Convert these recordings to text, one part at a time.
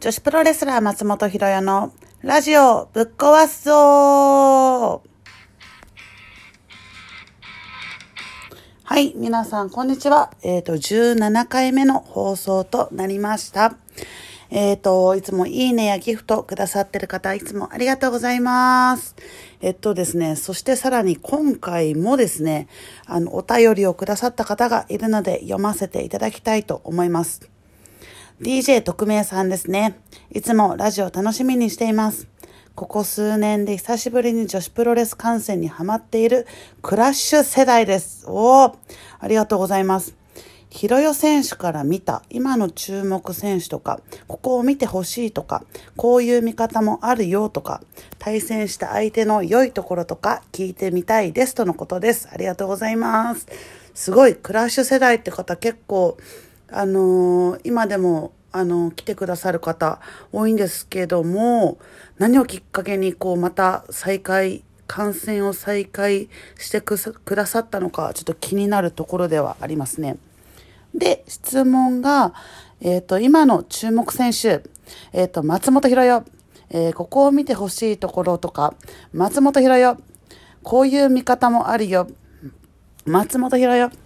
女子プロレスラー松本ひろよのラジオぶっ壊すぞー。はい、皆さんこんにちは。17回目の放送となりました。いつもいいねやギフトくださってる方、いつもありがとうございます。ですね、そしてさらに今回もですね、お便りをくださった方がいるので読ませていただきたいと思います。DJ 特命さんですね。いつもラジオ楽しみにしています。ここ数年で久しぶりに女子プロレス観戦にハマっているクラッシュ世代です。ありがとうございます。ひろよ選手から見た今の注目選手とか、ここを見てほしいとか、こういう見方もあるよとか、対戦した相手の良いところとか聞いてみたいですとのことです。ありがとうございます。すごいクラッシュ世代って方結構今でも来てくださる方多いんですけども、何をきっかけにまた観戦を再開してくださったのかちょっと気になるところではありますね。で、質問が、今の注目選手、松本ひろよ、ここを見てほしいところとか、松本ひろよ、こういう見方もあるよ、松本ひろよ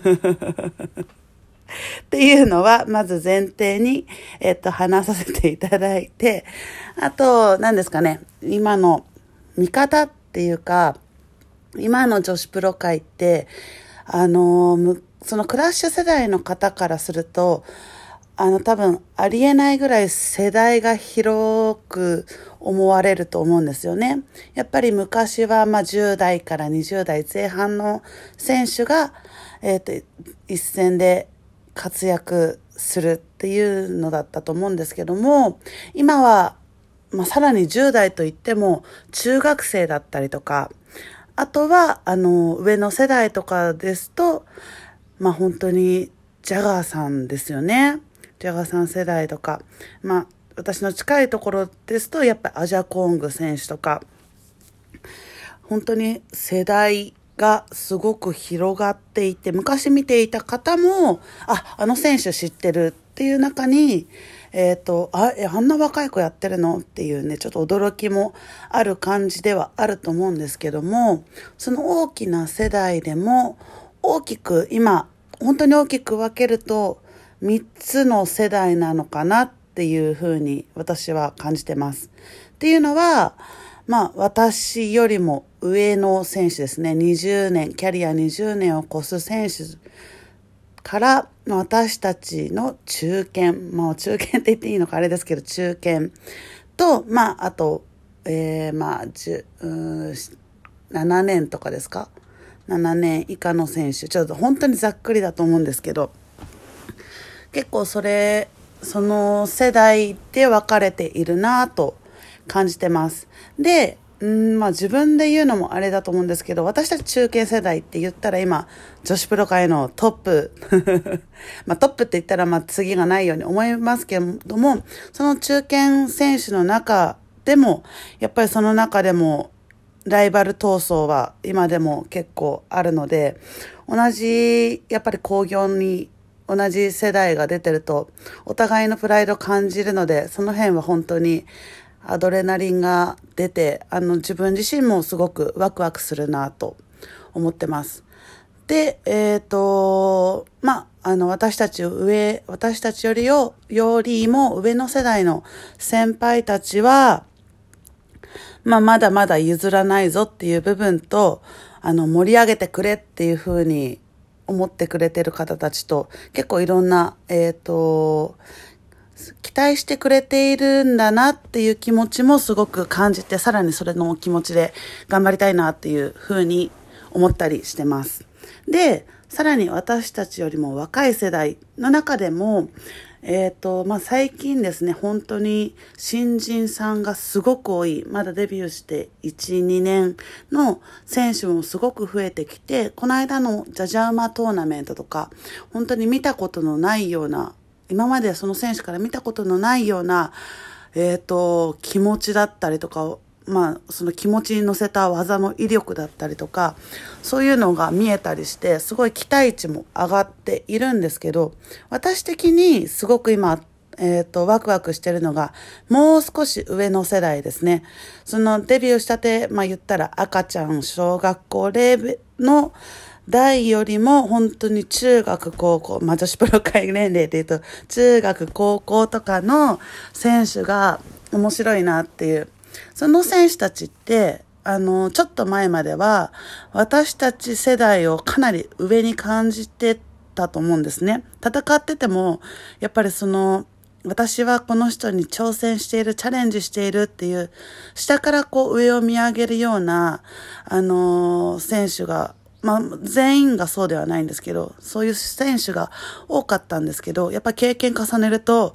っていうのは、まず前提に、話させていただいて、あと、何ですかね、今の見方っていうか、今の女子プロ界って、そのクラッシュ世代の方からすると、多分ありえないぐらい世代が広く思われると思うんですよね。やっぱり昔は10代から20代前半の選手が、一戦で活躍するっていうのだったと思うんですけども、今は、さらに10代といっても中学生だったりとか、あとは上の世代とかですと、本当にジャガーさんですよね。ジャガーさん世代とか、私の近いところですとやっぱりアジャコング選手とか、本当に世代がすごく広がっていて、昔見ていた方もあの選手知ってるっていう中に、あんな若い子やってるのっていうね、ちょっと驚きもある感じではあると思うんですけども、その大きな世代でも本当に大きく分けると3つの世代なのかなっていうふうに私は感じてます。っていうのは、私よりも上の選手ですね。キャリア20年を超す選手から、私たちの中堅、中堅って言っていいのかあれですけど、中堅と、あと、7年とかですか ?7 年以下の選手。ちょっと本当にざっくりだと思うんですけど、結構その世代で分かれているなと感じてます。で、自分で言うのもあれだと思うんですけど、私たち中堅世代って言ったら今、女子プロ界のトップ、トップって言ったら次がないように思いますけども、その中堅選手の中でも、やっぱりその中でも、ライバル闘争は今でも結構あるので、やっぱり興行に同じ世代が出てると、お互いのプライドを感じるので、その辺は本当にアドレナリンが出て、自分自身もすごくワクワクするなと思ってます。で、私たちよりも上の世代の先輩たちは、まだまだ譲らないぞっていう部分と、盛り上げてくれっていう風に思ってくれてる方たちと、結構いろんな、期待してくれているんだなっていう気持ちもすごく感じて、さらにそれの気持ちで頑張りたいなっていう風に思ったりしてます。で、さらに私たちよりも若い世代の中でも、最近ですね、本当に新人さんがすごく多い。まだデビューして1、2年の選手もすごく増えてきて、この間のジャジャウマトーナメントとか、本当に見たことのないような、今までその選手から見たことのないような、気持ちだったりとかを、その気持ちに乗せた技の威力だったりとか、そういうのが見えたりして、すごい期待値も上がっているんですけど、私的にすごく今、 ワクワクしてるのが、もう少し上の世代ですね。そのデビューしたて、言ったら赤ちゃん、小学校レベルの代よりも、本当に中学、高校、女子プロ会年齢で言うと、中学、高校とかの選手が面白いなっていう。その選手たちって、ちょっと前までは、私たち世代をかなり上に感じてたと思うんですね。戦ってても、やっぱり私はこの人に挑戦している、チャレンジしているっていう、下から上を見上げるような、選手が、全員がそうではないんですけど、そういう選手が多かったんですけど、やっぱ経験重ねると、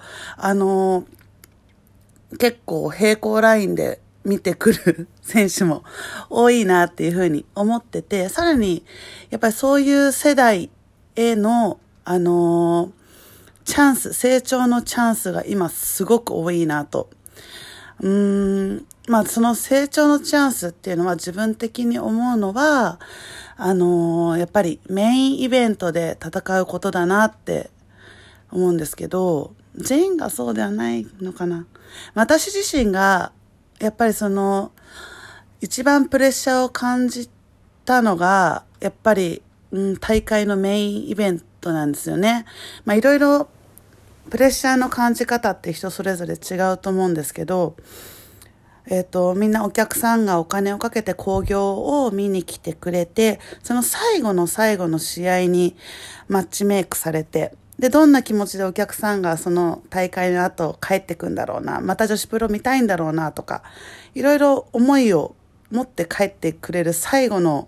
結構平行ラインで見てくる選手も多いなっていうふうに思ってて、さらに、やっぱりそういう世代への、チャンス、成長のチャンスが今すごく多いなと。その成長のチャンスっていうのは自分的に思うのは、やっぱりメインイベントで戦うことだなって思うんですけど、全員がそうではないのかな。私自身が、やっぱり一番プレッシャーを感じたのが、やっぱり、大会のメインイベントなんですよね。いろいろプレッシャーの感じ方って人それぞれ違うと思うんですけど、みんなお客さんがお金をかけて興行を見に来てくれて、その最後の最後の試合にマッチメイクされて、で、どんな気持ちでお客さんがその大会の後帰ってくんだろうな、また女子プロ見たいんだろうなとか、いろいろ思いを持って帰ってくれる最後の、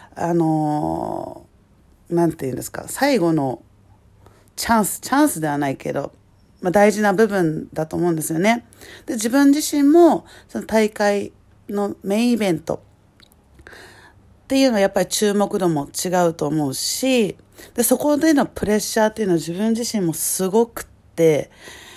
なんていうんですか、最後のチャンスではないけど、大事な部分だと思うんですよね。で、自分自身もその大会のメインイベントっていうのはやっぱり注目度も違うと思うし、で、そこでのプレッシャーっていうのは自分自身もすごくって、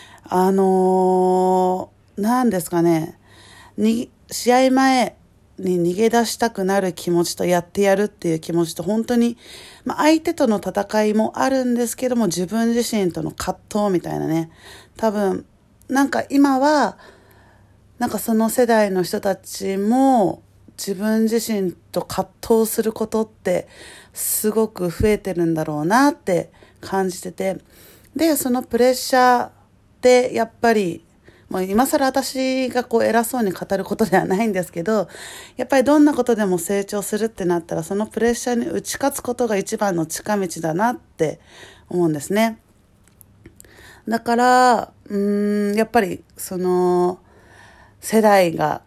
なんですかね、試合前に逃げ出したくなる気持ちとやってやるっていう気持ちと本当に、相手との戦いもあるんですけども自分自身との葛藤みたいなね、多分今はその世代の人たちも自分自身と葛藤することってすごく増えてるんだろうなって感じてて、でそのプレッシャーでやっぱり今更私が偉そうに語ることではないんですけど、やっぱりどんなことでも成長するってなったらそのプレッシャーに打ち勝つことが一番の近道だなって思うんですね。だからやっぱり世代が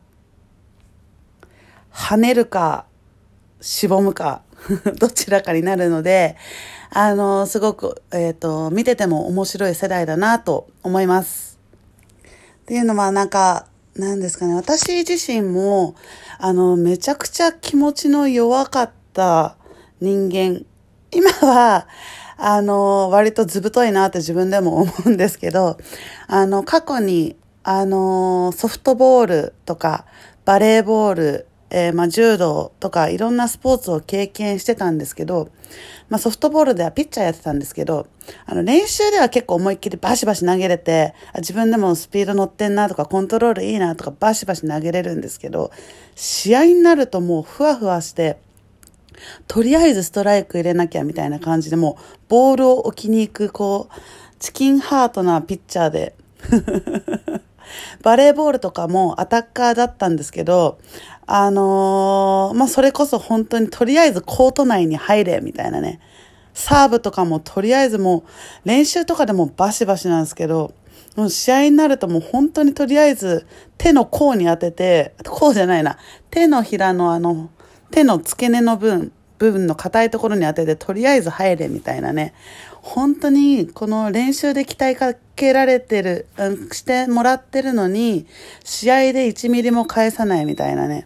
跳ねるかしぼむかどちらかになるので、すごく、見てても面白い世代だなと思います。っていうのはなんですかね、私自身も、めちゃくちゃ気持ちの弱かった人間、今は、割とずぶといなって自分でも思うんですけど、過去に、ソフトボールとか、バレーボール、柔道とかいろんなスポーツを経験してたんですけど、ソフトボールではピッチャーやってたんですけど、練習では結構思いっきりバシバシ投げれて、自分でもスピード乗ってんなとかコントロールいいなとかバシバシ投げれるんですけど、試合になるともうふわふわして、とりあえずストライク入れなきゃみたいな感じでもうボールを置きに行くチキンハートなピッチャーでバレーボールとかもアタッカーだったんですけど、それこそ本当にとりあえずコート内に入れみたいなね。サーブとかもとりあえずもう練習とかでもバシバシなんですけど、もう試合になるともう本当にとりあえず手の甲に当てて、甲じゃないな、手のひらの手の付け根の部分の硬いところに当ててとりあえず入れみたいなね。本当にこの練習で鍛えかけられてる、してもらってるのに試合で1ミリも返さないみたいなね。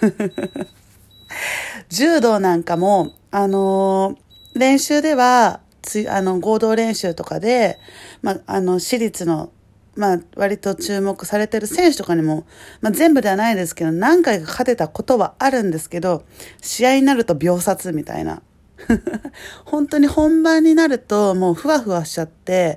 柔道なんかも練習では合同練習とかで私立の割と注目されてる選手とかにも、全部ではないですけど何回か勝てたことはあるんですけど、試合になると秒殺みたいな本当に本番になるともうふわふわしちゃって、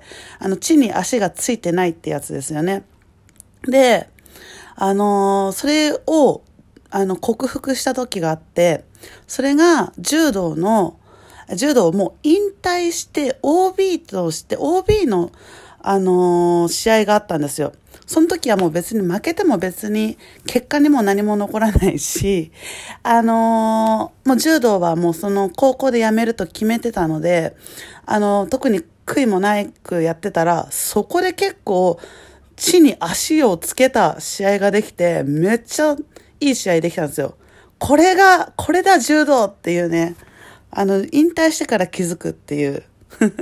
地に足がついてないってやつですよね。で、それを、克服した時があって、それが柔道をもう引退して OB として、OB の、試合があったんですよ。その時はもう別に負けても別に結果にも何も残らないし、もう柔道はもうその高校で辞めると決めてたので、特に悔いもなくやってたら、そこで結構地に足をつけた試合ができて、めっちゃいい試合できたんですよ。これだ柔道っていうね、引退してから気づくっていう。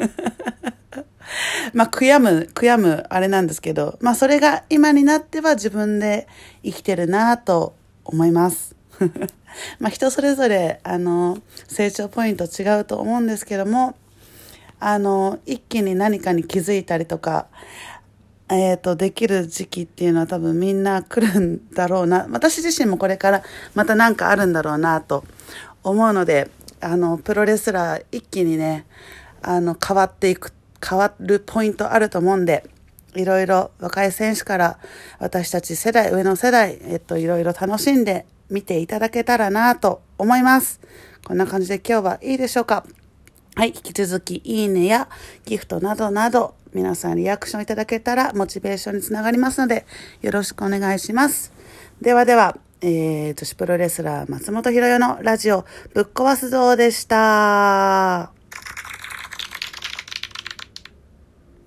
まあ、悔やむ、あれなんですけど、まあ、それが今になっては自分で生きてるなと思います。まあ、人それぞれ、成長ポイント違うと思うんですけども、一気に何かに気づいたりとか、できる時期っていうのは多分みんな来るんだろうな。私自身もこれからまたなんかあるんだろうなと思うので、プロレスラー一気にね、変わるポイントあると思うんで、いろいろ若い選手から私たち世代、上の世代、いろいろ楽しんで見ていただけたらなと思います。こんな感じで今日はいいでしょうか。はい、引き続きいいねやギフトなどなど皆さんリアクションいただけたらモチベーションにつながりますのでよろしくお願いします。ではでは、女子プロレスラー松本ひろよのラジオぶっ壊すぞでした。